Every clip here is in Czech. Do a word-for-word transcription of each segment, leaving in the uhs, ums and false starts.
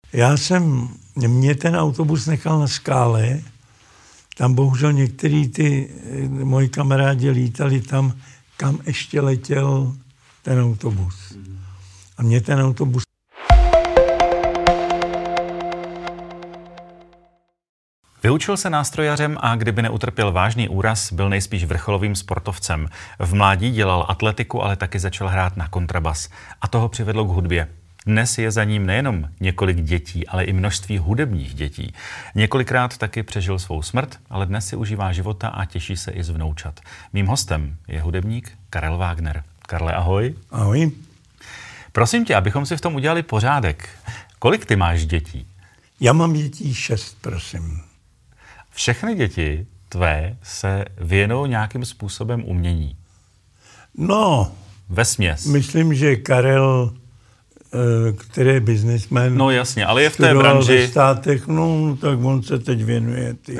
Já jsem, mě ten autobus nechal na Skále, tam bohužel některý ty moji kamarádi lítali tam, kam ještě letěl ten autobus. A mě ten autobus... Vyučil se nástrojařem a kdyby neutrpěl vážný úraz, byl nejspíš vrcholovým sportovcem. V mládí dělal atletiku, ale taky začal hrát na kontrabas. A toho přivedlo k hudbě. Dnes je za ním nejenom několik dětí, ale i množství hudebních dětí. Několikrát taky přežil svou smrt, ale dnes si užívá života a těší se i z vnoučat. Mým hostem je hudebník Karel Wagner. Karle, ahoj. Ahoj. Prosím tě, abychom si v tom udělali pořádek. Kolik ty máš dětí? Já mám dětí šest, prosím. Všechny děti tvé se věnují nějakým způsobem umění. No. Vesměs. Myslím, že Karel, který je biznismen, no jasně, ale je v té branži. Ve státech, no tak on se teď věnuje ty,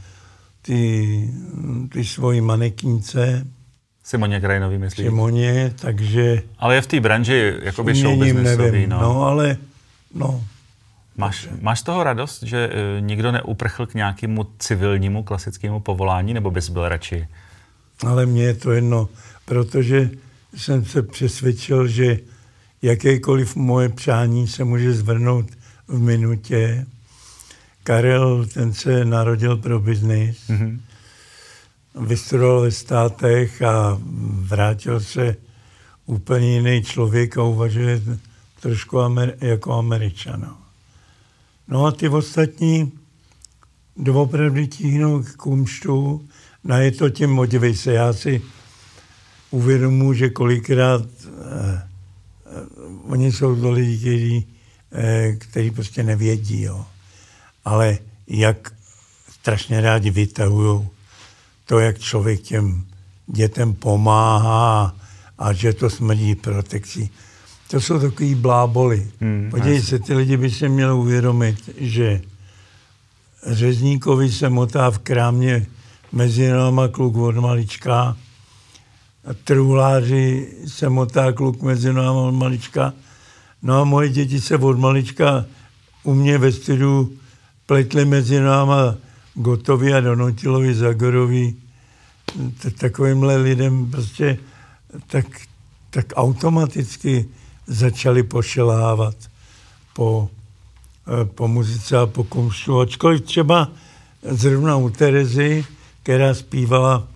ty, ty svoji manekínce. Simoně Krajinový, myslíš? Simoně, takže... Ale je v té branži jakoby show businessový, no. No, ale, no. Máš, máš z toho radost, že uh, nikdo neuprchl k nějakému civilnímu, klasickému povolání, nebo bys byl radši? Ale mně je to jedno, protože jsem se přesvědčil, že jakékoliv moje přání se může zvrhnout v minutě. Karel, ten se narodil pro biznis, mm-hmm. vystudoval ve státech a vrátil se úplně jiný člověk a uvažuje trošku Amer- jako Američan. No a ty ostatní doopravdy tíhnou k kumštu, no je to tím modivej se. Já si uvědomuji, že kolikrát eh, eh, oni jsou to lidi, kteří, eh, kteří prostě nevědí, jo. Ale jak strašně rádi vytahujou to, jak člověk těm dětem pomáhá a že to smrdí protekcí. To jsou takový bláboli. Hmm, Podívej se, ty lidi by se měli uvědomit, že řezníkovi se motá v krámě mezi náma kluk od malička, a truhláři se motá kluk mezi náma od malička. No a moje děti se od malička u mě ve studiu pletly mezi náma Gotovi a Donutilovi, Zagorovi. Takovýmhle lidem prostě tak, tak automaticky začali pošelávat po, po muzice a po kumštu. Ačkoliv třeba zrovna u Terezy, která zpívala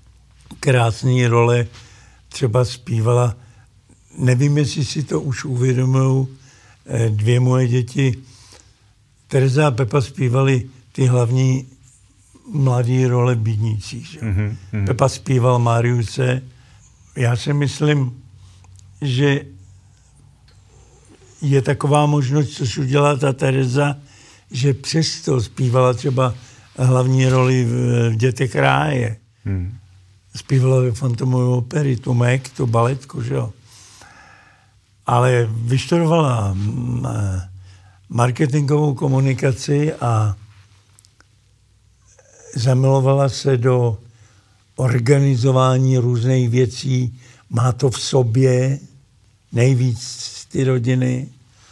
krásné role, třeba zpívala, nevím, jestli si to už uvědomují dvě moje děti. Tereza a Pepa zpívali ty hlavní mladé role v Bídnicích. Mm-hmm. Pepa zpíval Mariuse. Já si myslím, že je taková možnost, což udělala ta Tereza, že přesto zpívala třeba hlavní roli v, v Dětech ráje. Hmm. Zpívala ve Fantomové opery, tu Mek, tu baletku, že jo. Ale vyštudovala marketingovou komunikaci a zamilovala se do organizování různých věcí. Má to v sobě nejvíc ty rodiny.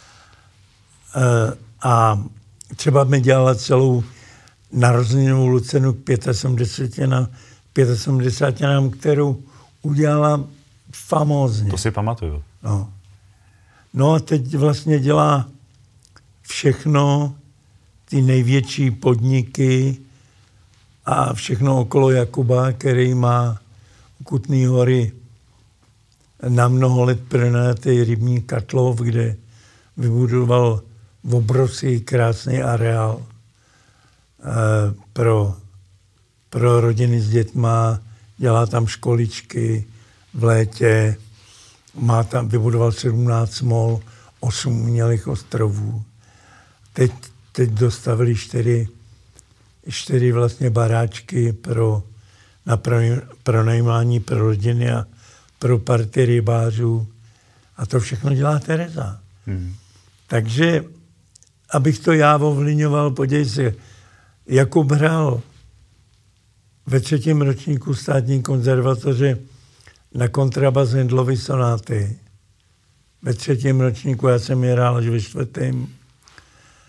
A třeba mi dělala celou narozeninovou lucenu k sedmdesáti, kterou udělala famózně. To si pamatuju. No. no a teď vlastně dělá všechno, ty největší podniky a všechno okolo Jakuba, který má u Kutný Hory na mnoho let pronajatý rybní Katlov, kde vybudoval obrovský krásný areál eh, pro, pro rodiny s dětma, dělá tam školičky v létě, má tam, vybudoval sedmnáct mol, osm umělých ostrovů. Teď, teď dostavili čtyři, čtyři vlastně baráčky pro, na pronajímání pro rodiny a pro party rybářů. A to všechno dělá Tereza. Hmm. Takže, abych to já ovlivňoval, podívej se, Jakub hrál ve třetím ročníku státní konzervatoře na kontrabas Handlovy sonáty. Ve třetím ročníku, já jsem je hrál až ve čtvrtém.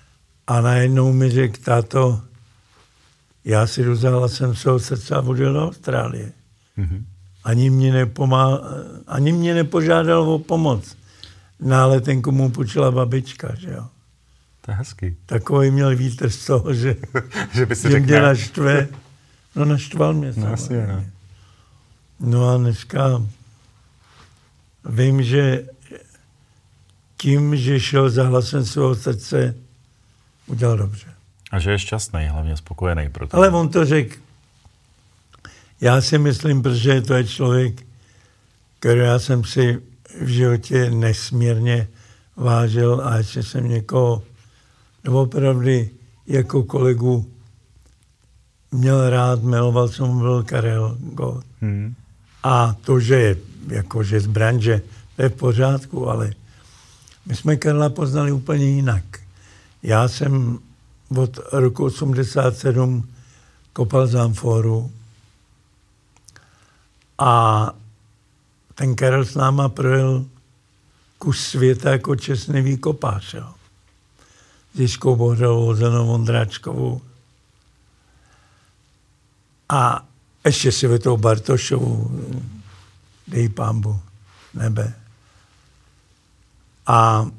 A najednou mi řekl, táto, já si jdu za hlasem svého srdce a odjel do Austrálie. Mm-hmm. Ani mě, nepomá, ani mě nepožádal o pomoc. Na letenku mu půjčila babička, že jo. To je hezký. Takový měl vítr z toho, že, že, by si že mě řekl... naštve. No naštval mě no, samozřejmě. No. no a dneska vím, že tím, že šel za hlasem svého srdce, udělal dobře. A že je šťastný, hlavně spokojený. Proto... Ale on to řekl. Já si myslím, protože to je člověk, který já jsem si v životě nesmírně vážil a ještě jsem někoho doopravdy jako kolegu měl rád, miloval jsem mu byl Karel Gott. Hmm. A to, že je jakože z branže, to je v pořádku, ale my jsme Karla poznali úplně jinak. Já jsem od roku osmdesát sedm kopal za amforu a ten Karel s náma projel kus světa jako čestný výkopář. Jo. S Jižkou Bohdalovou, Zenou Vondráčkovou a ještě Světou Bartošovou, dej pánbu, nebe. A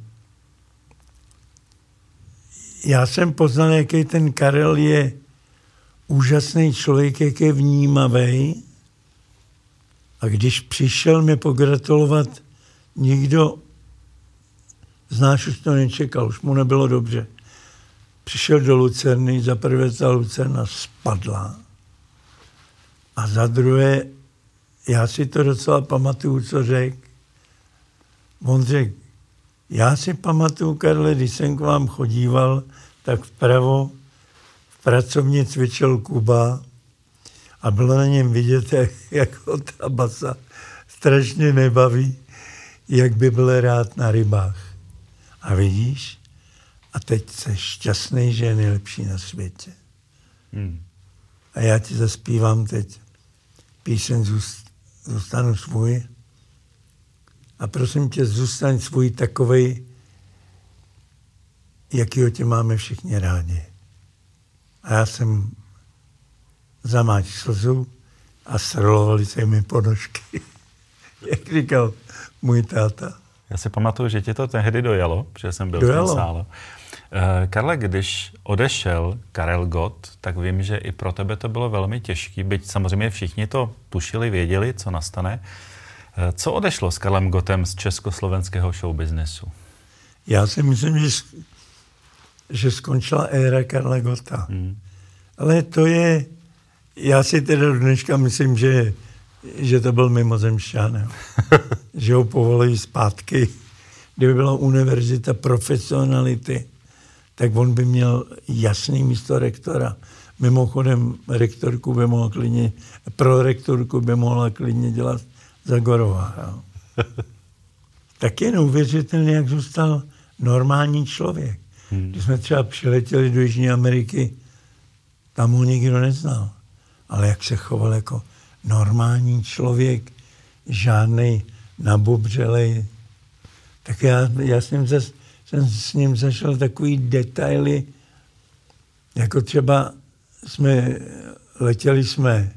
já jsem poznal, jaký ten Karel je úžasný člověk, jak je vnímavý. A když přišel mě pogratulovat, nikdo z nás už to nečekal, už mu nebylo dobře. Přišel do Lucerny, za prvé ta Lucerna spadla. A za druhé, já si to docela pamatuju, co řekl. On řekl, já si pamatuju, Karle, když jsem k vám chodíval, tak vpravo v pracovně cvičil Kuba a bylo na něm vidět, jak, jak ho ta basa strašně nebaví, jak by byl rád na rybách. A vidíš, a teď jsi šťastný, že je nejlepší na světě. Hmm. A já ti zaspívám teď píseň Zůstanu svůj. A prosím tě, zůstaň svůj takovej, jakýho tě máme všichni rádi. A já jsem zamáč slzu a srolovaly se mi ponožky, jak říkal můj táta. Já si pamatuju, že tě to tehdy dojalo, protože jsem byl dojalo. v tom sále. Uh, Karle, když odešel Karel Gott, tak vím, že i pro tebe to bylo velmi těžké, byť samozřejmě všichni to tušili, věděli, co nastane. Uh, co odešlo s Karlem Gottem z československého showbiznesu? Já si myslím, že, že skončila éra Karla Gotta. Hmm. Ale to je, já si teda dneška myslím, že, že to byl mimozemšťan. Že ho povolili zpátky. Kdyby byla univerzita profesionality, tak on by měl jasný místo rektora. Mimochodem, rektorku by mohla klidně, pro rektorku by mohla klidně dělat Zagorová. Tak je neuvěřitelný, jak zůstal normální člověk. Hmm. Když jsme třeba přiletěli do Jižní Ameriky, tam ho nikdo neznal. Ale jak se choval jako normální člověk, žádnej nabubřelej. Tak já, já s ním zas, jsem s ním zašel takový detaily, jako třeba jsme, letěli jsme,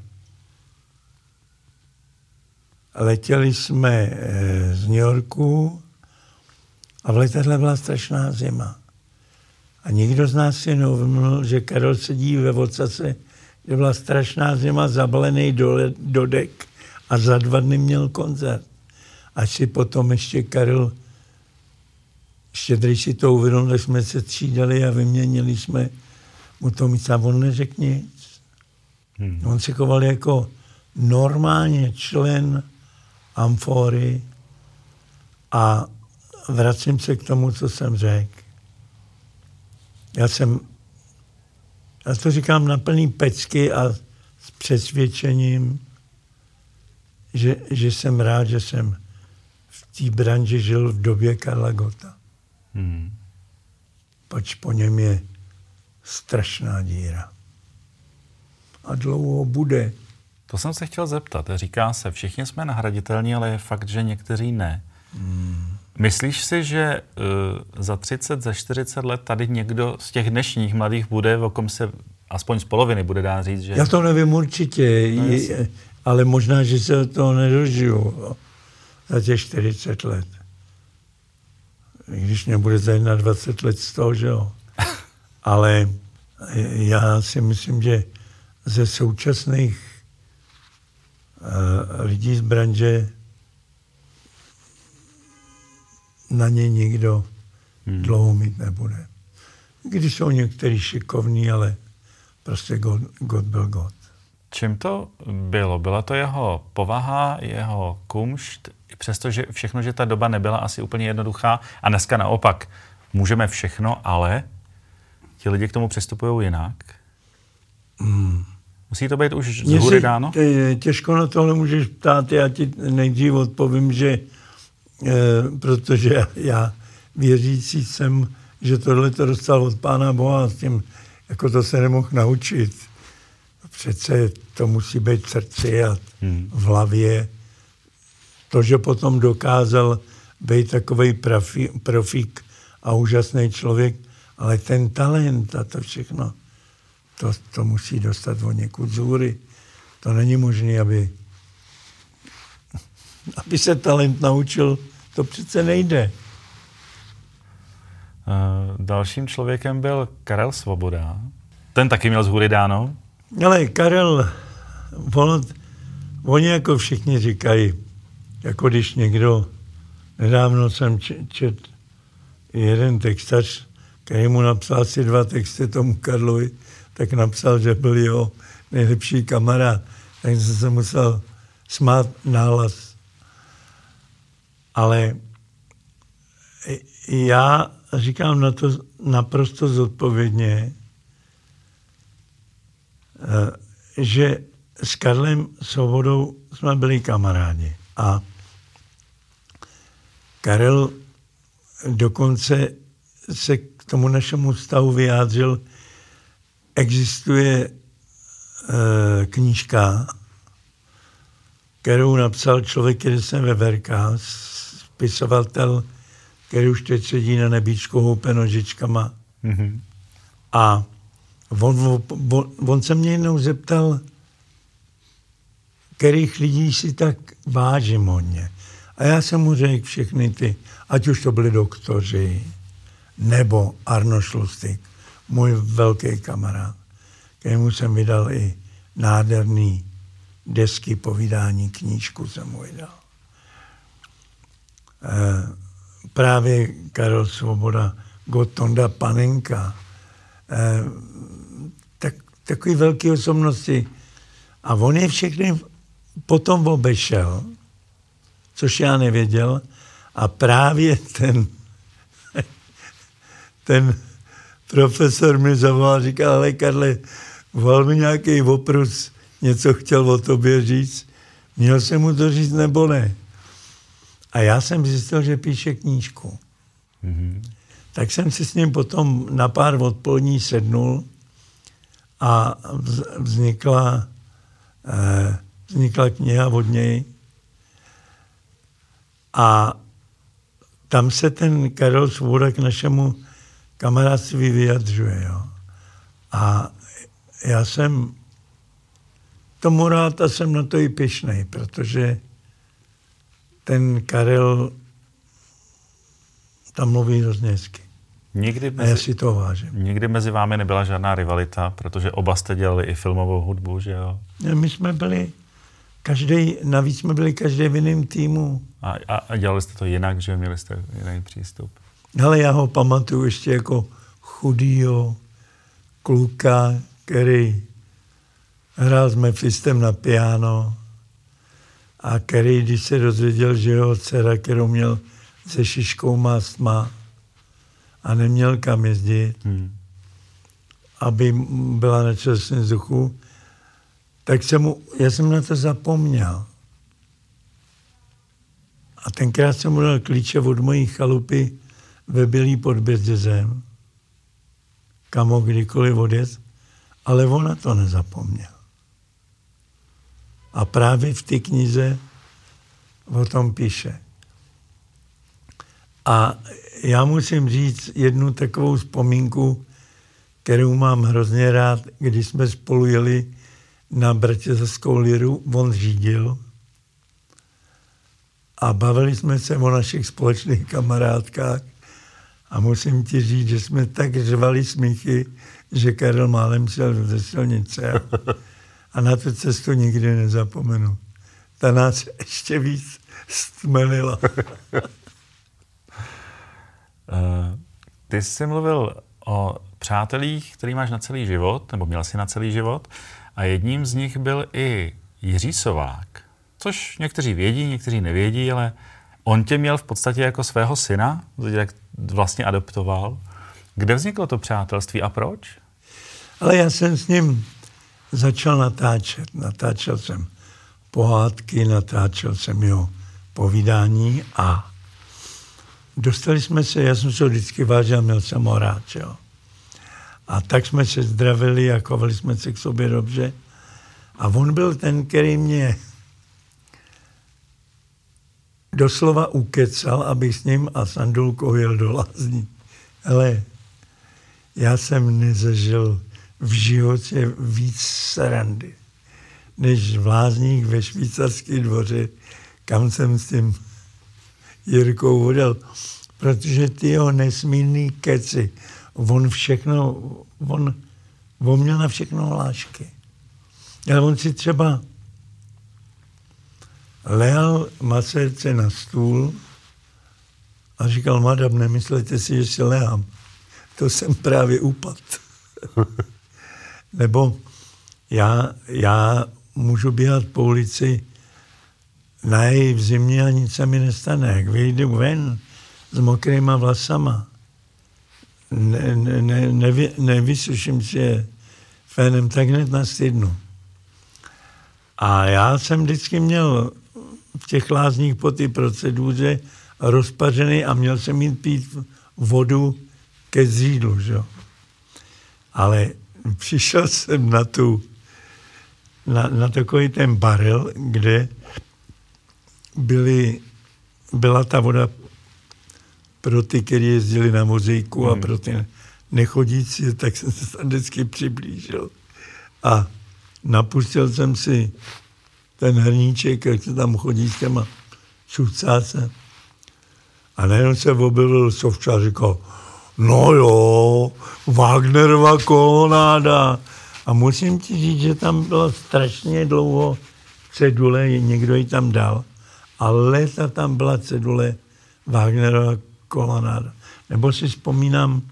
letěli jsme z New Yorku a v letadle byla strašná zima. A nikdo z nás si neuvědomil, že Karel sedí ve ocase, kde byla strašná zima, zabalený do, do dek a za dva dny měl koncert. Až si potom ještě Karel Štědrý si to uvědomil, že jsme se třídali a vyměnili jsme mu to místo. On neřekl nic. Hmm. On se choval jako normálně člen amfory a vracím se k tomu, co jsem řekl. Já jsem, já to říkám na plný pecky a s přesvědčením, že, že jsem rád, že jsem v té branži žil v době Karla Gotta. Hmm. Pač po něm je strašná díra. A dlouho bude. To jsem se chtěl zeptat. Říká se, všichni jsme nahraditelní, ale je fakt, že někteří ne. Hmm. Myslíš si, že uh, za třicet, za čtyřicet let tady někdo z těch dnešních mladých bude, o kom se aspoň z poloviny bude dá říct, že... Já to nevím určitě, no, je, ale možná, že se toho nedožiju za těch čtyřicet let. Když mě bude za dvacet jedna let z toho, že jo. Ale já si myslím, že ze současných uh, lidí z branže na ně nikdo hmm. dlouho mít nebude. Když jsou některý šikovní, ale prostě God, God byl God. Čím to bylo? Byla to jeho povaha, jeho kumšt, přestože všechno, že ta doba nebyla asi úplně jednoduchá a dneska naopak můžeme všechno, ale ti lidi k tomu přistupují jinak? Hmm. Musí to být už z hůry dáno? Těžko na tohle můžeš ptát, já ti nejdřív odpovím, že E, protože já věřící jsem, že tohle to dostal od Pána Boha, s tím jako to se nemohl naučit. Přece to musí být v srdci a v hlavě. To, že potom dokázal být takovej profi, profík a úžasný člověk, ale ten talent a to všechno, to, to musí dostat od někud z hůry. To není možné, aby, aby se talent naučil. To přece nejde. Uh, dalším člověkem byl Karel Svoboda. Ten taky měl z hůry dáno? Ale Karel, on, oni jako všichni říkají, jako když někdo, nedávno jsem čet jeden textař, který mu napsal asi dva texty tomu Karlovi, tak napsal, že byl jeho nejlepší kamarád. Tak jsem se musel smát nahlas. Ale já říkám na to naprosto zodpovědně, že s Karlem Svobodou jsme byli kamarádi. A Karel dokonce se k tomu našemu vztahu vyjádřil, existuje knížka, kterou napsal člověk, který jsem ve Verkách, spisovatel, který už teď sedí na nebíčku houpe nožičkama. Mm-hmm. A on, on, on se mě jednou zeptal, kterých lidí si tak vážím hodně. A já jsem mu řekl všechny ty, ať už to byli doktoři, nebo Arno Šlustig, můj velký kamarád, kterému jsem vydal i nádherný desky, povídání, knížku jsem mu vydal. E, právě Karel Svoboda, Gotonda Panenka, e, tak, takový velký osobnosti. A on je všechny potom obešel, což já nevěděl, a právě ten, ten profesor mi zavolal, říkal, ale Karle, volal mi nějaký oprus, něco chtěl o tobě říct, měl jsem mu to říct nebo ne. A já jsem zjistil, že píše knížku. Mm-hmm. Tak jsem si s ním potom na pár odpolední sednul a vznikla, eh, vznikla kniha od něj. A tam se ten Karel Svoboda k našemu kamarádství vyjadřuje. Jo. A já jsem tomu rád a jsem na to i pyšnej, protože ten Karel tam mluví hrozně hezky. Nikdy mezi, a já si to vážím. Nikdy mezi vámi nebyla žádná rivalita, protože oba jste dělali i filmovou hudbu, že jo? My jsme byli, každý, navíc jsme byli každý v jiném týmu. A, a, a dělali jste to jinak, že měli jste jiný přístup? Ale já ho pamatuju ještě jako chudýho kluka, který hrál s Mephistem na piano a který, když se dozvěděl, že jeho dcera, kterou měl se šiškou, má astma a neměl kam jezdit, hmm. aby byla na čerstvém vzduchu, tak jsem mu, já jsem na to zapomněl. A tenkrát jsem mu dal klíče od mojí chalupy ve Bylý pod Bězdězem, kam ho kdykoliv odjet, ale on na to nezapomněl. A právě v té knize o tom píše. A já musím říct jednu takovou vzpomínku, kterou mám hrozně rád, když jsme spolu jeli na Bratislavskou liru, on řídil a bavili jsme se o našich společných kamarádkách a musím ti říct, že jsme tak řvali smíchy, že Karel málem šel ze silnice a, a na tu cestu nikdy nezapomenu. Ta nás ještě víc stmelila. Ty jsi mluvil o přátelích, který máš na celý život, nebo měl jsi na celý život, a jedním z nich byl i Jiří Sovák, což někteří vědí, někteří nevědí, ale on tě měl v podstatě jako svého syna, jak vlastně adoptoval. Kde vzniklo to přátelství a proč? Ale já jsem s ním začal natáčet. Natáčel jsem pohádky, natáčel jsem jeho povídání a dostali jsme se, já jsem se vždycky vážil, měl jsem ho rád, jo. A tak jsme se zdravili a chovali jsme se k sobě dobře. A on byl ten, který mě doslova ukecal, abych s ním a Sandulkou jel do Lázní. Ale já jsem nezažil v životě víc srandy, než v Lázních ve Švýcarské dvoře, kam jsem s tím Jirkou odjel. Protože ty jeho nesmírný keci, on všechno, on, on měl na všechno hlášky. Ale on si třeba lehal masérce na stůl a říkal, madam, nemyslete si, že si lehám. To jsem právě upad. Nebo já, já můžu běhat po ulici na její v zimě a nic se mi nestane. Jak vyjdu ven s mokrýma vlasama, ne, ne, ne, nevy, nevysuším si je fénem, tak hned nastydnu. A já jsem vždycky měl v těch Lázních po té proceduře rozpařený a měl jsem jít pít vodu ke zřídlu, že? Ale přišel jsem na tu, na, na takový ten barel, kde byly, byla ta voda pro ty, kteří jezdili na vozíku a pro ty nechodící, tak jsem se tam vždycky přiblížil. A napustil jsem si ten hrníček, jak se tam chodí s těma čucáce. A najednou se objevil Sovča a říkal, no jo, Wagnerova kolonáda. A musím ti říct, že tam bylo strašně dlouho cedule, někdo ji tam dal. A léta tam byla cedule Wagnerova kolonáda. Nebo si vzpomínám,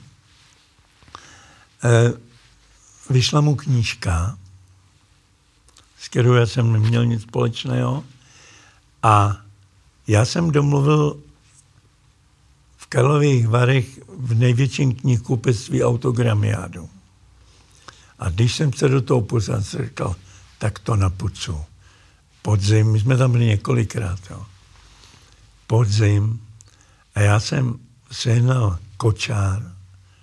eh, vyšla mu knížka, s kterou já jsem neměl nic společného. A já jsem domluvil v Karlových Varech v největším knihkupectví Autogramiádu. A když jsem se do toho pustil, jsem říkal, tak to napucu. Podzim, my jsme tam byli několikrát, jo. Podzim. A já jsem sehnal kočár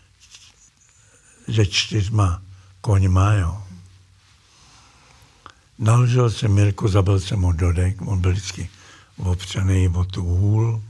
se čtyřma koňma, jo. Naložil jsem Mirku, zabil jsem ho do dek, on byl vždycky opřený o tu hůl.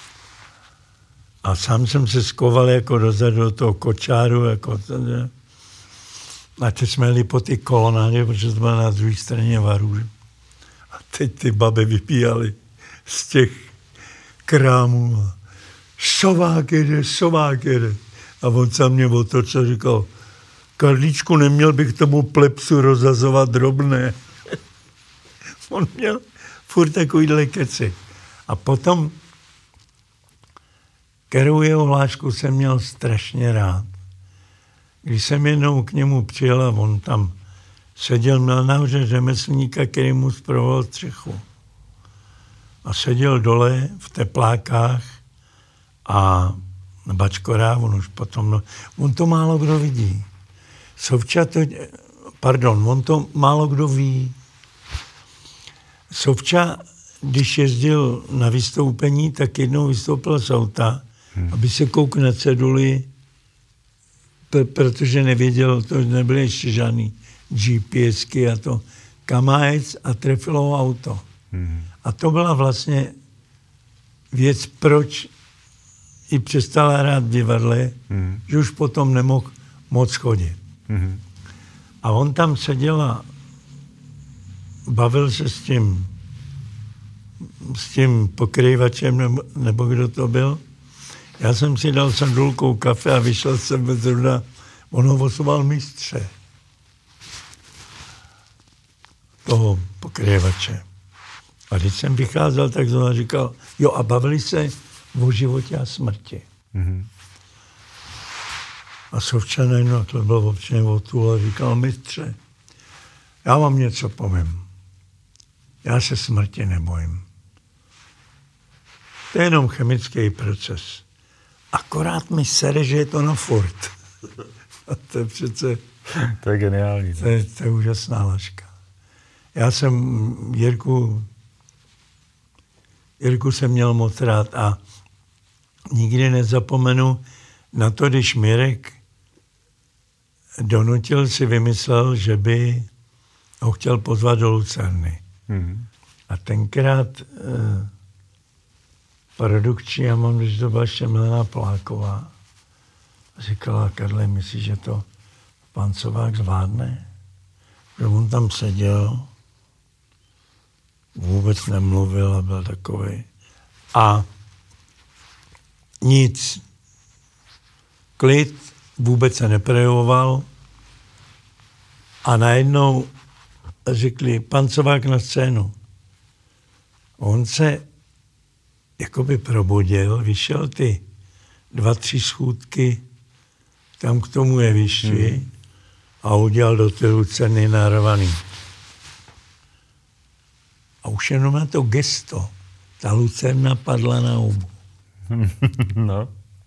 A sám jsem se skoval jako dozadu do toho kočáru, jako tady. A teď jsme jeli po ty kolonádě, protože jsme na druhé straně Varů. A teď ty baby vypíjali z těch krámů. Sovák jede, Sovák jede. A on se mě otočil a říkal, Karlíčku, neměl bych tomu plepsu rozhazovat drobné. On měl furt takovýhle keci. A potom, kterou jeho hlášku jsem měl strašně rád. Když jsem jednou k němu přijel a on tam seděl, měl nahoře řemeslníka, který mu zpravoval střechu. A seděl dole v teplákách a bačkorá, on už potom, no, on to málo kdo vidí. Sovča to, pardon, on to málo kdo ví. Sovča, když jezdil na vystoupení, tak jednou vystoupil z auta, hmm. aby se koukl na ceduli, protože nevěděl, to nebyly ještě žádný GPSky a to, kam má jet a trefilo ho auto. Hmm. A to byla vlastně věc, proč i přestala hrát v divadle, mm. že už potom nemohl moc chodit. Mm. A on tam seděl a bavil se s tím, s tím pokrývačem, nebo, nebo kdo to byl. Já jsem si dal sandulkou kafe a vyšel jsem zrovna, on ho osoval mistře toho pokrývače. A když jsem vycházel, tak znovu říkal, jo, a bavili se o životě a smrti. Mm-hmm. A Sovčanen, no to byl občaně otul, a říkal, mistře, já vám něco povím. Já se smrti nebojím. To je jenom chemický proces. Akorát mi sere, že je to na furt. A to je přece... To je geniální. To je, to je úžasná laška. Já jsem Jirku... Jirku jsem měl moc rád a nikdy nezapomenu na to, když Mirek donutil si vymyslel, že by ho chtěl pozvat do Lucerny. Mm. A tenkrát eh, produkční, já mám, když to byla ještě Milena Poláková, říkala, Karle, myslíš, že to pan Covák zvládne? Že on tam seděl, vůbec nemluvil a byl takový. A nic. Klid, vůbec se neprojevoval. A najednou řekli, pan Covák na scénu. On se jakoby probudil, vyšel ty dva, tři schůdky tam k tomu jevišti hmm. a udělal do té Lucerny narvaný. A už jenom na to gesto ta Lucerna padla na hubu. No.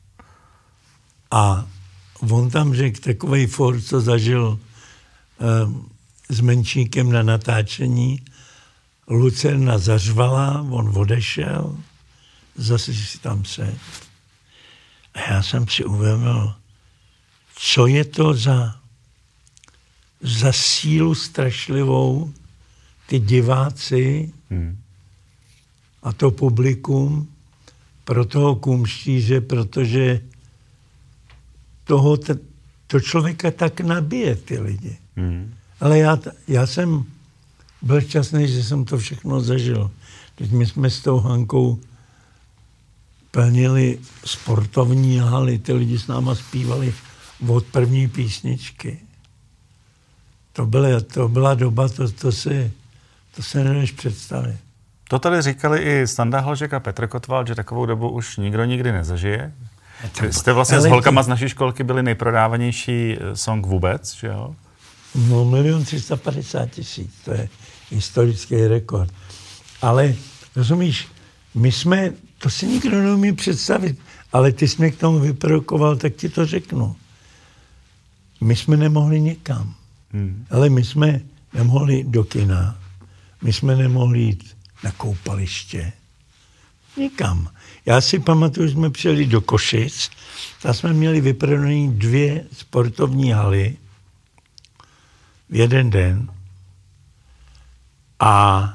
A on tam řekl takovej for, co zažil um, s Menšíkem na natáčení. Lucerna zařvala, on odešel, zase si tam sedl. A já jsem si uvědomil, co je to za, za sílu strašlivou, ty diváci hmm. a to publikum pro toho kumštíře, protože toho, to člověka tak nabije, ty lidi. Hmm. Ale já, já jsem byl šťastný, že jsem to všechno zažil. Teď my jsme s tou Hankou plnili sportovní haly, ty lidi s náma zpívali od první písničky. To byla, to byla doba, to, to si to se nedáš představit. To tady říkali i Standa Hlžek a Petr Kotval, že takovou dobu už nikdo nikdy nezažije. Jste vlastně s holkama z naší školky byli nejprodávanější song vůbec, že jo? No, milion tři sta padesát tisíc, to je historický rekord. Ale, rozumíš, my jsme, to si nikdo neumí představit, ale ty jsi mě k tomu vyprovokoval, tak ti to řeknu. My jsme nemohli někam. Hmm. Ale my jsme nemohli do kina. My jsme nemohli jít na koupaliště. Nikam. Já si pamatuju, že jsme přijeli do Košic, tam jsme měli vyprodané dvě sportovní haly v jeden den a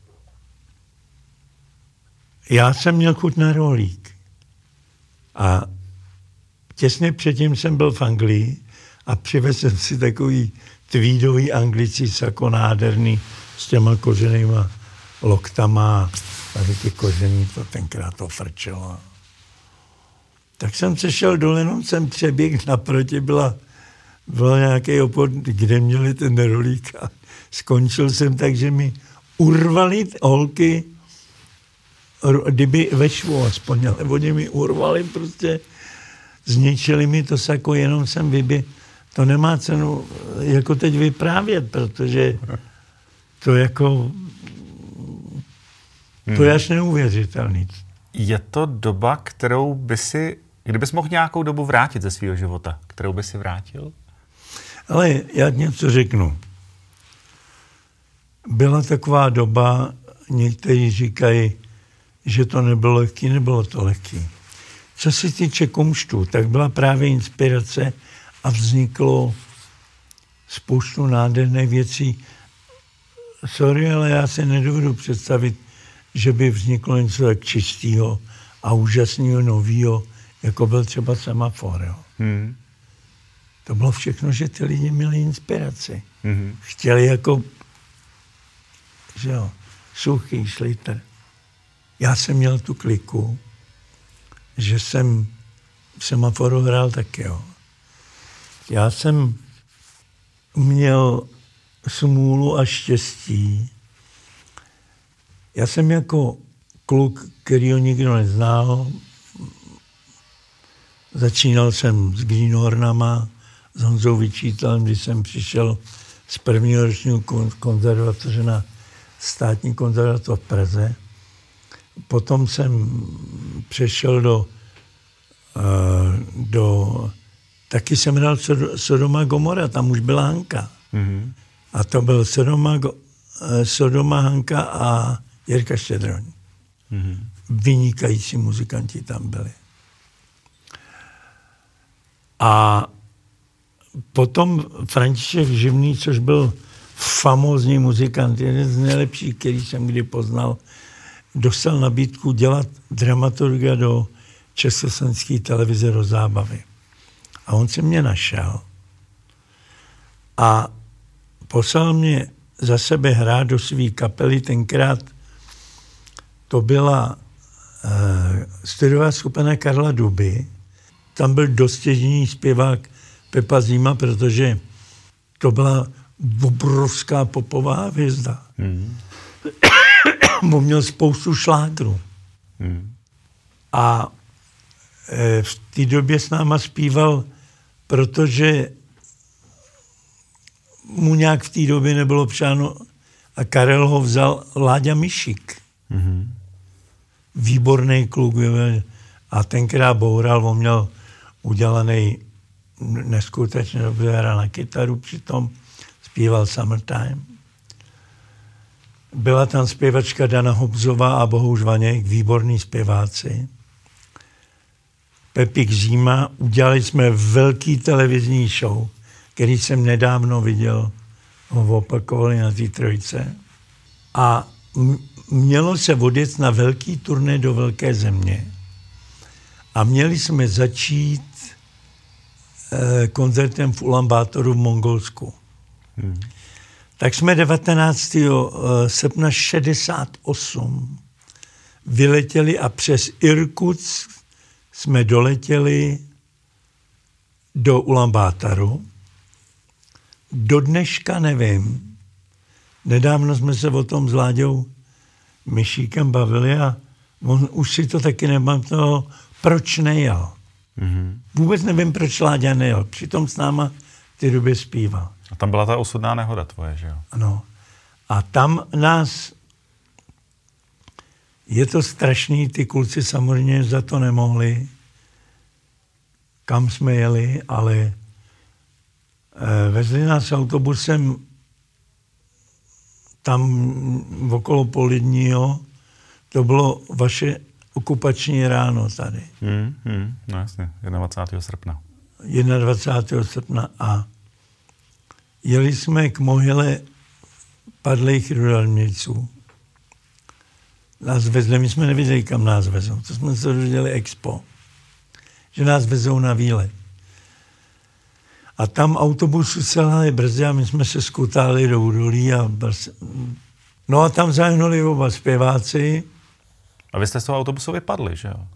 já jsem měl chuť na rohlík. A těsně předtím jsem byl v Anglii a přivezl jsem si takový tweedový anglický sako nádherný s těma koženýma loktama a taky kožený, to tenkrát to frčelo. Tak jsem se šel dole, jenom jsem přeběh, naproti byla, byla nějaký obchod, kde měli ten rolík a skončil jsem tak, že mi urvali holky, kdyby ve švu aspoň, ale oni mi urvali prostě, zničili mi to sako, jenom jsem vyběh. To nemá cenu jako teď vyprávět, protože to jako, to je až neuvěřitelný. Je to doba, kterou by si, kdybys mohl nějakou dobu vrátit ze svého života, kterou by si vrátil? Ale já něco řeknu. Byla taková doba, někteří říkají, že to nebylo lehký, nebylo to lehký. Co se týče kumštů, tak byla právě inspirace a vzniklo spoustu nádherných věcí. Sorry, ale já si nedovedu představit, že by vzniklo něco tak čistého a úžasného, nového, jako byl třeba Semafor. Jo. Hmm. To bylo všechno, že ty lidi měli inspiraci. Hmm. Chtěli jako, že jo, Suchý, Schlitter. Já jsem měl tu kliku, že jsem v Semaforu hrál taky, jo. Já jsem měl smůlu a štěstí. Já jsem jako kluk, který ho nikdo neznal, začínal jsem s Greenhornama, s Honzou Vyčítalem, když jsem přišel z prvního ročního konzervatoře na státní konzervatoř v Praze. Potom jsem přešel do, do taky jsem hrál Sodoma Gomora, tam už byla Hanka. Mm-hmm. A to byl Sodoma, Sodoma Hanka a Jirka Štědroň. Mm-hmm. Vynikající muzikanti tam byli. A potom František Živný, což byl famózní muzikant, jeden z nejlepších, který jsem kdy poznal, dostal nabídku dělat dramaturga do československé televize do zábavy. A on se mě našel a poslal mě za sebe hrát do své kapely. Tenkrát to byla uh, studiová skupina Karla Duby. Tam byl dostěžný zpěvák Pepa Zima, protože to byla obrovská popová hvězda. Mm. On měl spoustu šlágrů. Mm. A e, v té době s náma zpíval, protože mu nějak v té době nebylo přáno a Karel ho vzal Láďa Mišík. Mm-hmm. Výborný kluk. A tenkrát boural, on měl udělaný neskutečně dobře, hrál na kytaru, přitom zpíval Summertime. Byla tam zpěvačka Dana Hobzová a Bohuž Vaněk, výborní zpěváci. Pepík Zima, udělali jsme velký televizní show, který jsem nedávno viděl, ho opakovali na té trojce. A mělo se odjet na velký turné do Velké země. A měli jsme začít eh, koncertem v Ulaanbátoru v Mongolsku. Hmm. Tak jsme devatenáctého srpna šedesát osm vyletěli a přes Irkutsk jsme doletěli do Ulaanbátoru. Do dneška nevím. Nedávno jsme se o tom s Láďou Mišíkem bavili a on už si to taky nepamatoval, proč nejel. Mm-hmm. Vůbec nevím, proč Láďa nejel. Přitom s náma v té době zpíval. A tam byla ta osudná nehoda tvoje, že jo? Ano. A tam nás... Je to strašný, ty kluci samozřejmě za to nemohli, kam jsme jeli, ale e, vezli nás autobusem tam okolo Polidního. To bylo vaše okupační ráno tady. Hmm, hmm, no jasně, dvacátého prvního srpna. dvacátého prvního srpna a jeli jsme k mohyle padlých rudelníců. Nás vezli, my jsme nevěděli, kam nás vezou. To jsme se dozvěděli expo. Že nás vezou na výlet. A tam autobusu selhali brzy a my jsme se skutáli do údolí a brz... No a tam zahynuli oba zpěváci. A vy jste z toho autobusu vypadli, že jo?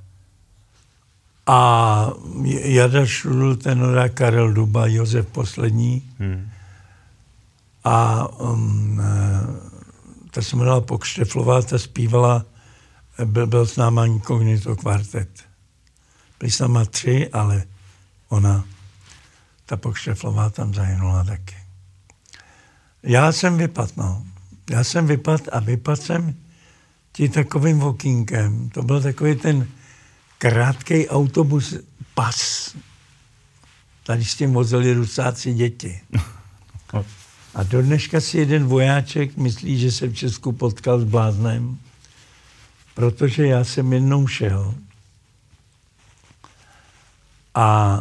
A Jarda Šrudl, tenora, Karel Duba, Josef Poslední. Hmm. A um, ta se jmenovala Pokšteflová, ta zpívala, byl, byl s náma Inkognito kvartet. Byli s náma tři, ale ona, ta Pokšteflová, tam zahynula taky. Já jsem vypadl, no. Já jsem vypadl a vypadl jsem tím takovým okýnkem. To byl takový ten krátkej autobus, pas. Tady s tím vozili Rusáci děti. A do dneška si jeden vojáček myslí, že se v Česku potkal s bláznem, protože já jsem jednou šel a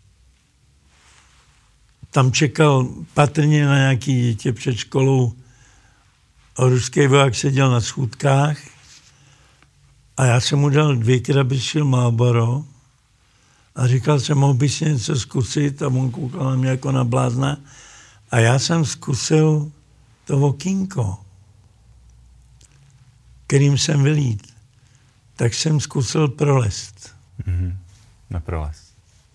tam čekal patrně na nějaký dítě před školou. Ruský voják seděl na schůdkách a já jsem mu dal dvě krabičky Marlboro A říkal jsem, mohl bys něco zkusit? A on koukal na mě jako na blázna. A já jsem zkusil to okýnko, kterým jsem vylít. Tak jsem zkusil prolest. Mm-hmm. Na prolest.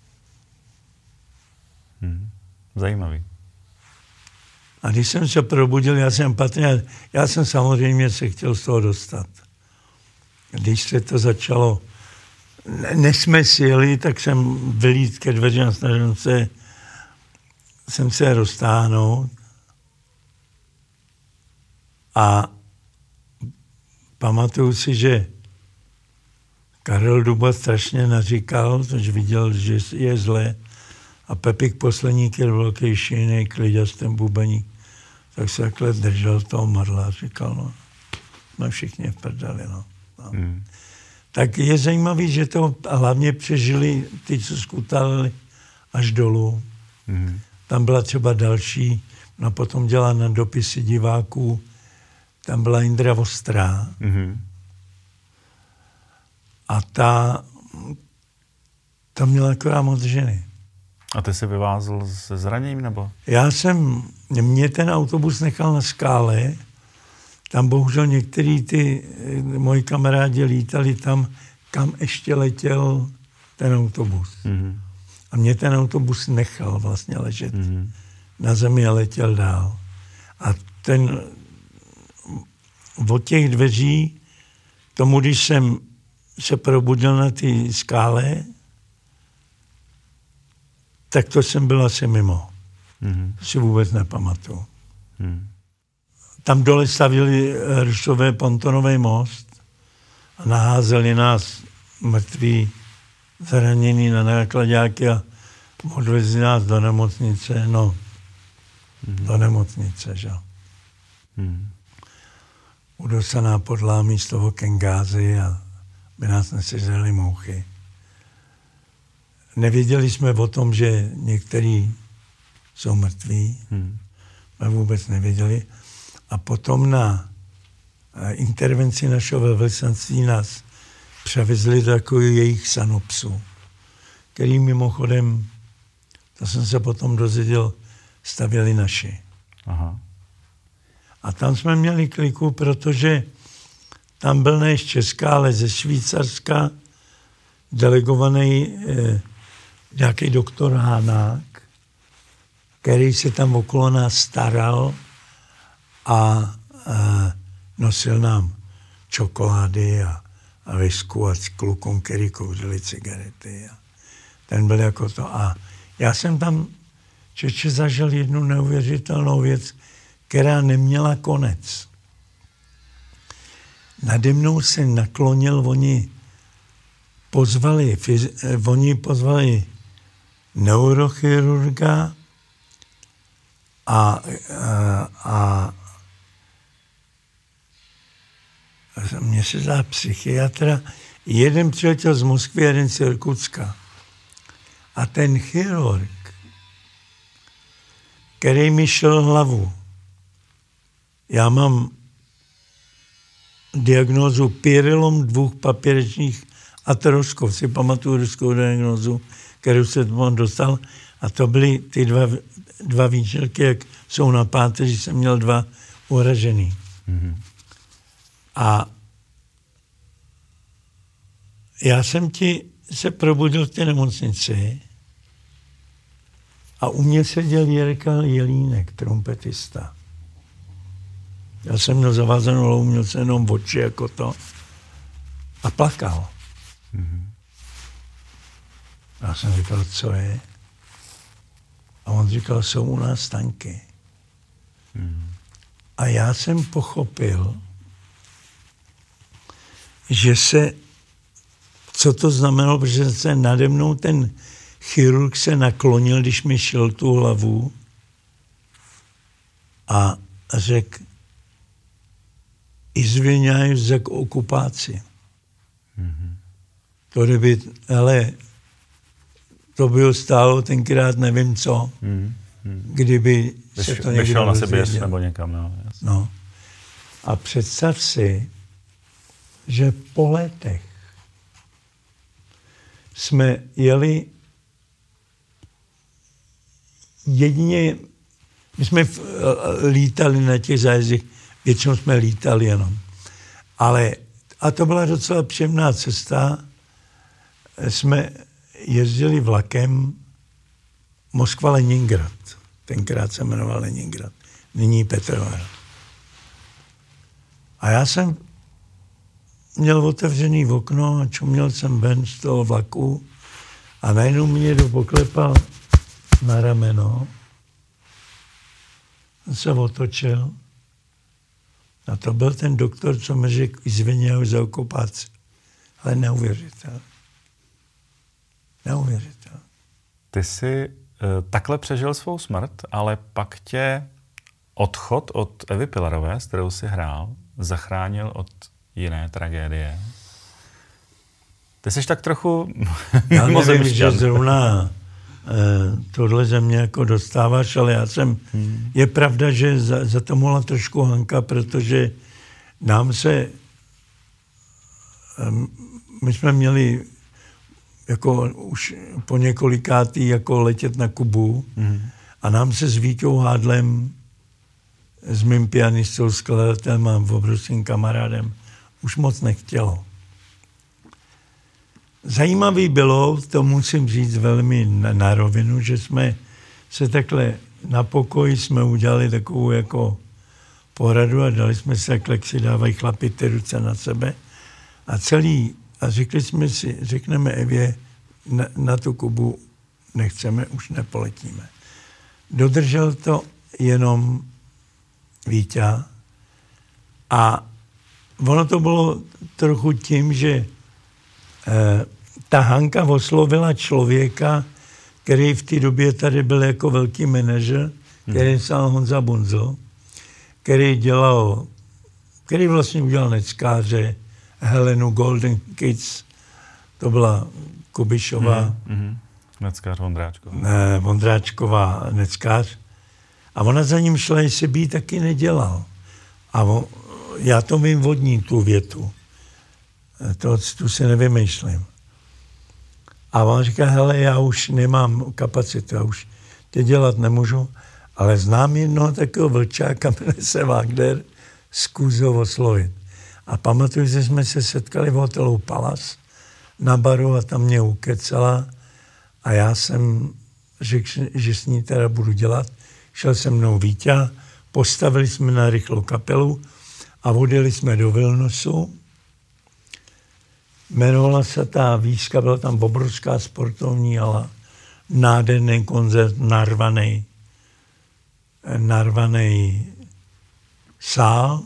Mm. Zajímavý. A když jsem se probudil, já jsem patrně, já jsem samozřejmě se chtěl z toho dostat. Když se to začalo, než jsme sjeli, tak jsem vylít ke dveřím a snažil se, jsem se roztáhnout. A pamatuju si, že Karel Duba strašně naříkal, protože viděl, že je zlé. A Pepik Posledník je velký šínej, kliděs ten bubeník. Tak se takhle držel toho marla a říkal, no, jsme všichni v prdeli, no. no. Hmm. Tak je zajímavý, že to hlavně přežili ty, co skutali až dolů. Hmm. Tam byla třeba další, no potom dělala na dopisy diváků, tam byla Indra Vostrá. Hmm. A ta, ta měla akorát moc ženy. A ty jsi vyvázl se zraněním, nebo? Já jsem, mě ten autobus nechal na skále, tam bohužel některý ty moji kamarádi lítali tam, kam ještě letěl ten autobus. Mm-hmm. A mě ten autobus nechal vlastně ležet mm-hmm. na zemi a letěl dál. A ten od těch dveří, tomu, když jsem se probudil na ty skále, tak to jsem byl asi mimo. Mm-hmm. To si vůbec nepamatuju. Mm. Tam dole stavili Rusové pontonový most a naházeli nás mrtví, zranění na nákladáky a odvezli nás do nemocnice, no, mm-hmm. do nemocnice, že? Mm. Udosaná podlámí z toho Kengázy a by nás nesežrali mouchy. Nevěděli jsme o tom, že některý jsou mrtví. Hmm. My vůbec nevěděli. A potom na intervenci našeho velvyslanství nás převezli do takových jejich sanopsů, který mimochodem, to jsem se potom dozvěděl, stavěli naši. Aha. A tam jsme měli kliku, protože tam byl ne z Česka, ale ze Švýcarska delegovaný eh, nějaký doktor Hanák, který se tam okolo nás staral a, a nosil nám čokolády a, a visku a klukům, který kouřili cigarety. A ten byl jako to. A já jsem tam Čeče zažil jednu neuvěřitelnou věc, která neměla konec. Nade mnou se naklonil, oni pozvali, oni pozvali neurochirurga a, a, a mně se zdá psychiatra. Jeden přiletěl z Moskvy, jeden z Irkutska. A ten chirurg, který mi šel hlavu, já mám diagnózu pyrelom dvou papírečních ateroskop, si pamatuju ruskou diagnózu, kterou se on dostal, a to byly ty dva, dva výčelky, jak jsou na páteři, jsem měl dva uražený. Mm-hmm. A já jsem ti se probudil v té nemocnici a u mě seděl Jirka Jelínek, trumpetista. Já jsem měl zavázanou hlavu, měl se jenom oči jako to a plakal. Mm-hmm. Já jsem říkal, co je? A on říkal, jsou u nás tanky. Mm-hmm. A já jsem pochopil, že se, co to znamenalo, protože se nade mnou ten chirurg se naklonil, když mi šel tu hlavu a řekl, izviňaj za okupaci. Mm-hmm. To kdyby, ale to by stálo tenkrát nevím co, mm-hmm. kdyby Vyš, se to někdo vyšel na sebe nebo někam. No, no. A představ si, že po letech jsme jeli jedině, my jsme lítali na těch zájezdech, většinou jsme lítali jenom. Ale, a to byla docela příjemná cesta, jsme jezdili vlakem Moskva-Leningrad. Tenkrát se jmenoval Leningrad. Nyní Petrohrad. A já jsem měl otevřený okno a čuměl jsem ven z toho vlaku a najednou mě někdo poklepal na rameno. On se otočil a to byl ten doktor, co mi řekl, izviněl za okupaci. Ale neuvěřitel. Neuvěřitel. Ty jsi uh, takhle přežil svou smrt, ale pak tě odchod od Evy Pilarové, s kterou jsi hrál, zachránil od jiné tragédie. Ty jsi tak trochu já nevím, že zrovna eh, tohle ze mě jako dostáváš, ale já jsem, hmm. je pravda, že za, za to mohla trošku Hanka, protože nám se, eh, my jsme měli jako už po několikátý jako letět na Kubu hmm. a nám se s Vítou Hádlem, s mým pianistou, skladatelem a obrovským kamarádem už moc nechtělo. Zajímavý bylo, to musím říct velmi na, na rovinu, že jsme se takhle na pokoji jsme udělali takovou jako poradu a dali jsme se takhle, jak si dávají chlapi ty ruce na sebe a celý, a řekli jsme si, řekneme Evě, na, na tu Kubu nechceme, už nepoletíme. Dodržel to jenom Víťa a ono to bylo trochu tím, že eh, ta Hanka oslovila člověka, který v té době tady byl jako velký manažer, který se hmm. Honza Bunzl, který dělal, který vlastně udělal Neckáře, Helenu Golden Kids, to byla Kubišová, hmm. Hmm. Neckář Vondráčková. Ne, Vondráčková Neckář. A ona za ním šla, jestli by ji taky nedělal. A on, já to vím od ní, tu větu. To, tu si nevymýšlím. A on říká, hele, já už nemám kapacitu, já už tě dělat nemůžu, ale znám jednoho takového vlčáka, jmenuje se Wagner, zkus ho oslovit. A pamatuju, že jsme se setkali v hotelu Palace na baru a tam mě ukecala a já jsem řekl, že s ní teda budu dělat. Šel se mnou Víťa, postavili jsme na rychlou kapelu a odjeli jsme do Vilnusu. Jmenovala se ta výška, byla tam obrovská sportovní hala, nádherný koncert, narvaný, narvaný sál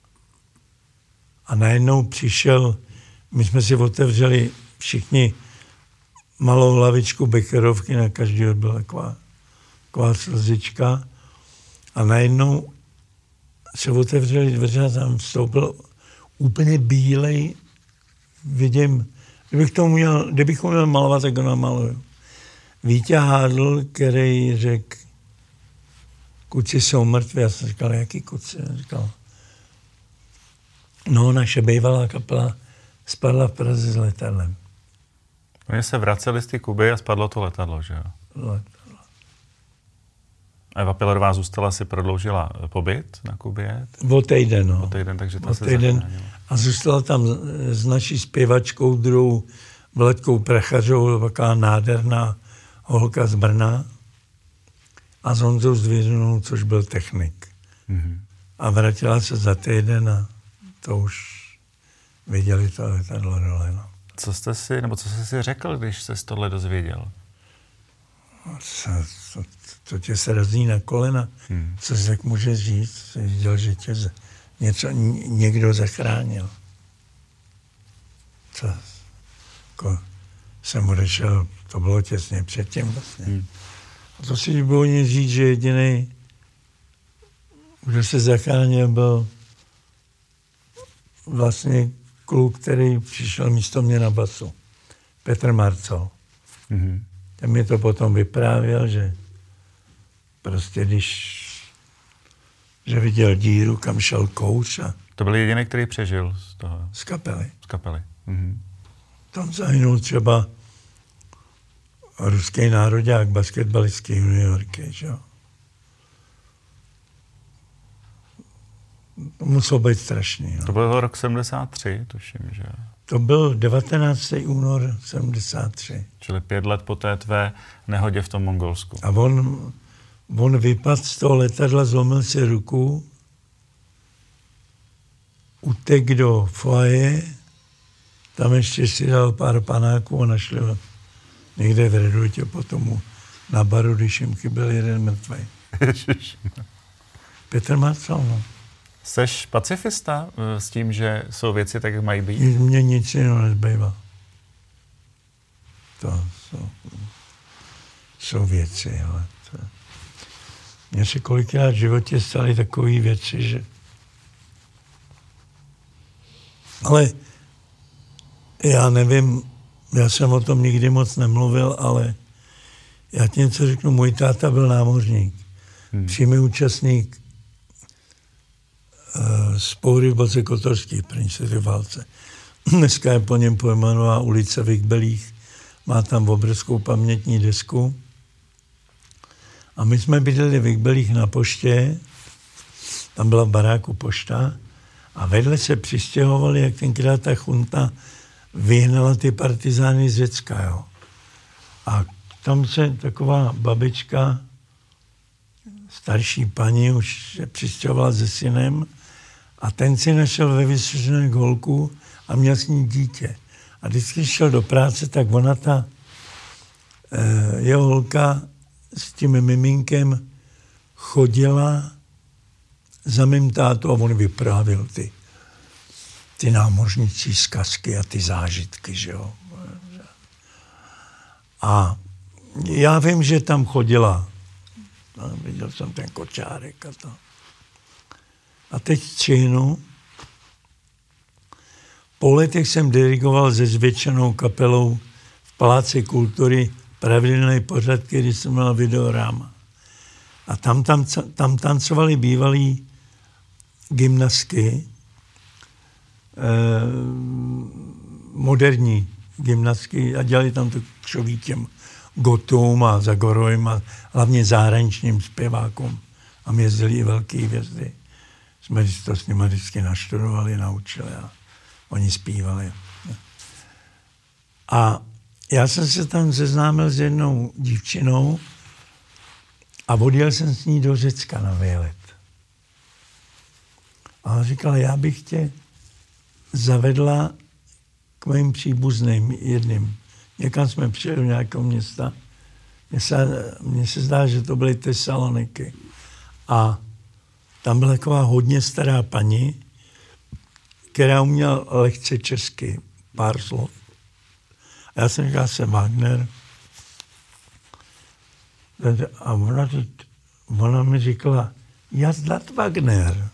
a najednou přišel, my jsme si otevřeli všichni malou hlavičku Becherovky, na každého byla taková taková slzička a najednou se otevřeli dveře a tam vstoupil úplně bílej, vidím, kdybych to měl, kdybych ho měl malovat, tak ho namaluju. Víťa Hádl, který řekl, kuci jsou mrtví, já jsem říkal, jaký kuci? Říkal, no, naše bývalá kapela spadla v Praze s letadlem. Oni se vraceli z té Kuby a spadlo to letadlo, že jo? Letadlo. Eva Pilarová zůstala, si prodloužila pobyt na Kubě? O týden, no. O týden, takže to o se týden. zachránilo. A zůstala tam s naší zpěvačkou, druhou Vladkou Prachařovou, taková nádherná holka z Brna a s Honzou Zvěřinou, což byl technik. Mm-hmm. A vrátila se za týden a to už viděli to letadlo dole, no. Co jste si, nebo co jste si řekl, když jste tohle dozvěděl? Co, co, to tě se razí na kolena. Hmm. Co si tak může říct? Jsi viděl, že tě něco, někdo zachránil. Co? Jako jsem odešel, to bylo těsně předtím vlastně. Hmm. A to si bylo nic říct, že jediný, kdo se zachránil, byl vlastně kluk, který přišel místo mě na basu. Petr Marcel. Hmm. Ten mi to potom vyprávěl, že prostě když, že viděl díru, kam šel kouř a... To byl jediný, který přežil z toho? Z kapely. Z kapely. Mhm. Tam zahynul třeba ruský nároďák, basketbalistský juniorky, že jo. To muselo být strašný. No. To byl rok sedmdesát tři, tuším, že? To byl devatenáctého února sedmdesát tři. Čili pět let po té tvé nehodě v tom Mongolsku. A on, on vypadl z toho letadla, zlomil si ruku, utek do foaje, tam ještě si dal pár panáků a našli ho někde v Redutě potom na baru, když jim chyběl jeden mrtvej. Petr Marcel, no. Seš pacifista s tím, že jsou věci tak, jak mají být? Mně nic jiného nezbývá. To jsou, jsou věci, ale to... Mně se kolikrát v životě staly takové věci, že... Ale já nevím, já jsem o tom nikdy moc nemluvil, ale já ti něco řeknu, můj táta byl námořník. Hmm. Přímý účastník Spoury v Boce Kotorských první světové válce. Dneska je po něm pojmenovaná ulice v Ikbelích. Má tam obrovskou pamětní desku. A my jsme bydleli v Ikbelích na poště. Tam byla v baráku pošta. A vedle se přistěhovali, jak tenkrát ta chunta vyhnala ty partizány z Řecka. Jo. A tam se taková babička, starší paní, už se přistěhovala se synem a ten si našel ve Vysočině holku a měl s ní dítě. A když šel do práce, tak ona ta eh, jeho holka s tím miminkem chodila za mým tátou a on vyprávěl ty, ty námořnicí zkazky a ty zážitky, že jo. A já vím, že tam chodila. No, viděl jsem ten kočárek a to. A teď střihnu. Po letech jsem dirigoval se zvětšenou kapelou v Paláci kultury pravidelný pořad, který jsem měl Videoráma. A tam, tam, tam tancovali bývalí gymnastky, eh, moderní gymnastky a dělali tam to křoví těm gotům a Zagorojím a hlavně zahraničním zpěvákům. A my jezdili i velký hvězdy. Jsme to s nimi vždycky naštudovali, naučili a oni zpívali. A já jsem se tam seznámil s jednou dívčinou a odjel jsem s ní do Řecka na výlet. A ona říkala, já bych tě zavedla k mým příbuzným jedným. Někam jsme přijeli do nějakého města. Mně se, mně se zdá, že to byly Tesaloniky. A tam byla taková hodně stará paní, která uměla lehce česky, pár slov. A já jsem říkal, jsem Wagner. A ona, ona mi říkala, já zdat Wagner.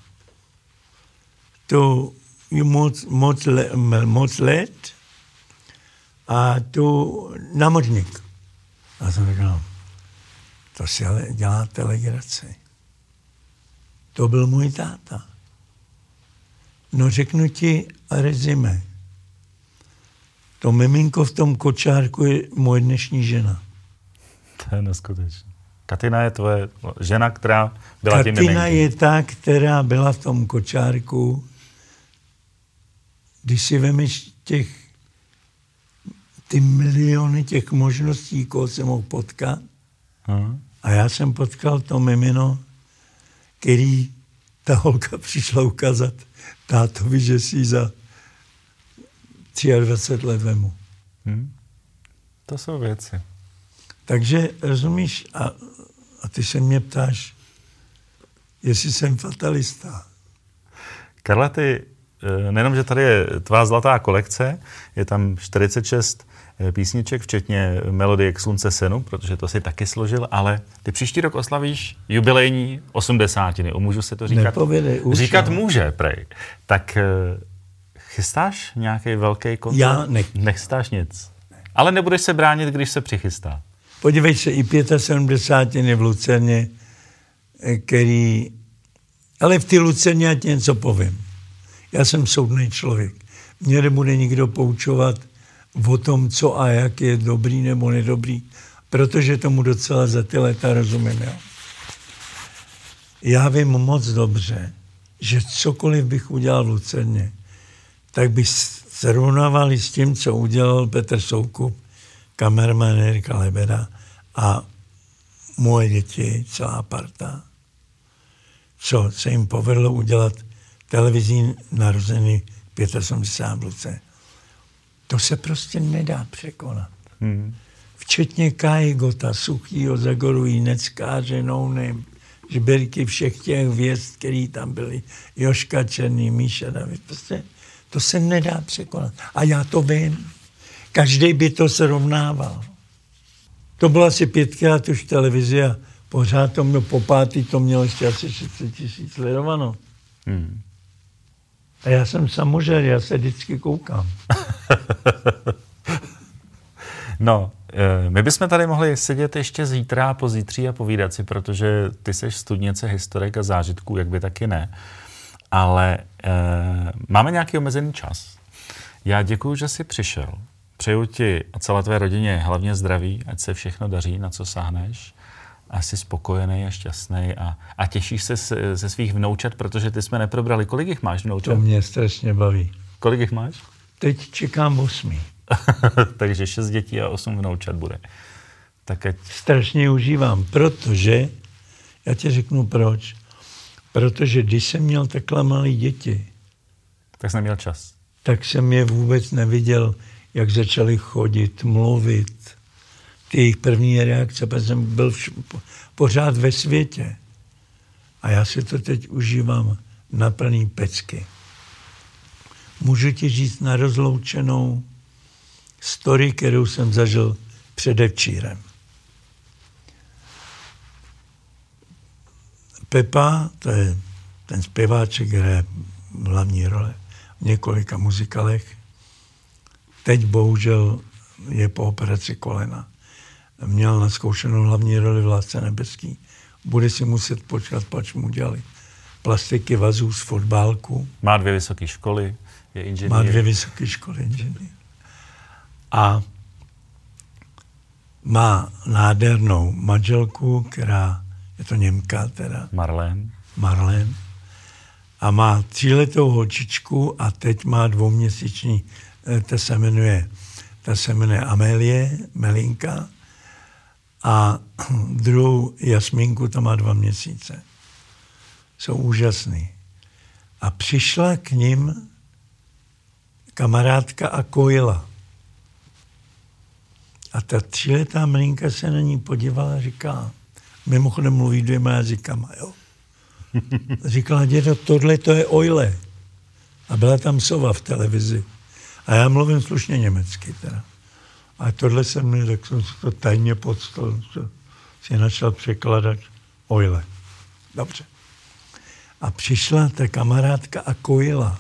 To je moc, moc, moc let a to námořník. A jsem říkal, to si ale děláte legraci. To byl můj táta. No řeknu ti rezime. To miminko v tom kočárku je moje dnešní žena. To je neskutečné. Katina je tvoje žena, která byla tím miminkem. Katina je ta, která byla v tom kočárku. Když si vemeš těch ty miliony těch možností, koho jsem mohl potkat. Aha. A já jsem potkal to mimino, který ta holka přišla ukázat tátovi, že si za dvacet tři let vemu. Hmm. To jsou věci. Takže rozumíš, a, a ty se mě ptáš, jestli jsem fatalista. Karle, ty, nejenom, že tady je tvá zlatá kolekce, je tam čtyřicet šest písniček, včetně melodie K slunce senu, protože to si taky složil, ale ty příští rok oslavíš jubilejní osmdesátiny. Můžu se to říkat? Nepovědej, už říkat no. Může, prej. Tak chystáš nějaký velký koncert? Já ne. Nechystáš nic. Ne. Ale nebudeš se bránit, když se přichystá. Podívej se, i sedmdesátiny v Lucerně, který... Ale v té Lucerně já ti něco povím. Já jsem soudný člověk. Mě nebude nikdo poučovat o tom, co a jak je dobrý nebo nedobrý. protože tomu docela za ty léta rozumím. Jo. Já vím moc dobře, že cokoliv bych udělal v Lucerně, tak bych srovnával s tím, co udělal Petr Soukup, kamerman Erika Lebeda a moje děti, celá parta. Co se jim povedlo udělat televizní narozený osmdesát pět v Luce. To se prostě nedá překonat. Hmm. Včetně Káji Gota, Suchýho, Zagoru, Jineckáře, Nounem, Žberky, všech těch hvězd, který tam byli, Joška Černý, Míša David, prostě to se nedá překonat. A já to vím. Každý by to srovnával. To bylo asi pětkrát už v televizi a pořád to mělo, po pátý to mělo ještě asi šest tisíc sledovanou. Hmm. A já jsem samožer, já se vždycky koukám. No, my bychom tady mohli sedět ještě zítra a pozítří a povídat si, protože ty seš studnice historik a zážitků, jak by taky ne. Ale e, máme nějaký omezený čas. Já děkuju, že jsi přišel. Přeju ti a celé tvé rodině hlavně zdraví, ať se všechno daří, na co sáhneš. A jsi spokojený a šťastný a, a těšíš se ze svých vnoučat, protože ty jsme neprobrali. Kolik jich máš vnoučat? To mě strašně baví. Kolik jich máš? Teď čekám osmi. Takže šest dětí a osm vnoučat bude. Tak ať... Strašně užívám, protože, já ti řeknu proč, protože když jsem měl takhle malý děti, tak jsem neměl čas. Tak jsem je vůbec neviděl, jak začali chodit, mluvit. Ty jejich první reakce, protože jsem byl vš- pořád ve světě. A já si to teď užívám na plný pecky. Můžu ti říct na rozloučenou story, kterou jsem zažil předevčírem. Pepa, to je ten zpěváček, hraje hlavní role v několika muzikalech. Teď bohužel je po operaci kolena. Měl naskoušenou hlavní roli v Lásce nebeský. Bude si muset počkat, pač mu dělali plastiky vazů z fotbálku. Má dvě vysoké školy, je inženýr. Má dvě vysoké školy, inženýr. A má nádhernou manželku, která je to Němka teda. Marlén. Marlén. A má tříletou holčičku a teď má dvouměsíční, ta se jmenuje, ta se jmenuje Amélie, Melinka. A druhou Jasmínku, ta má dva měsíce. Jsou úžasný. A přišla k ním kamarádka a kojila. A ta tříletá Melinka se na ní podívala a říká, mimochodem mluví dvěma jazykama, jo. Říkala, dědo, tohle to je ojle. A byla tam sova v televizi. A já mluvím slušně německy teda. A tohle se mi, tak jsem si to tajně pod stol, si načal překladat ojle. Dobře. A přišla ta kamarádka a kojila.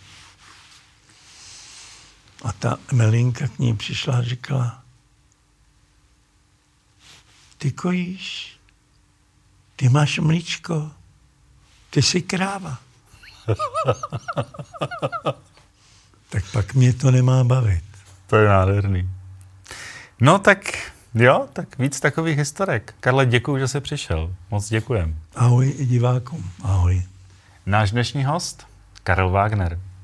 A ta Melinka k ní přišla a říkala, ty kojíš, ty máš mlíčko, ty jsi kráva. Tak pak mě to nemá bavit. To je nádherný. No tak jo, tak víc takových historek. Karle, děkuju, že jsi přišel. Moc děkujem. Ahoj i divákům. Ahoj. Náš dnešní host, Karel Wagner.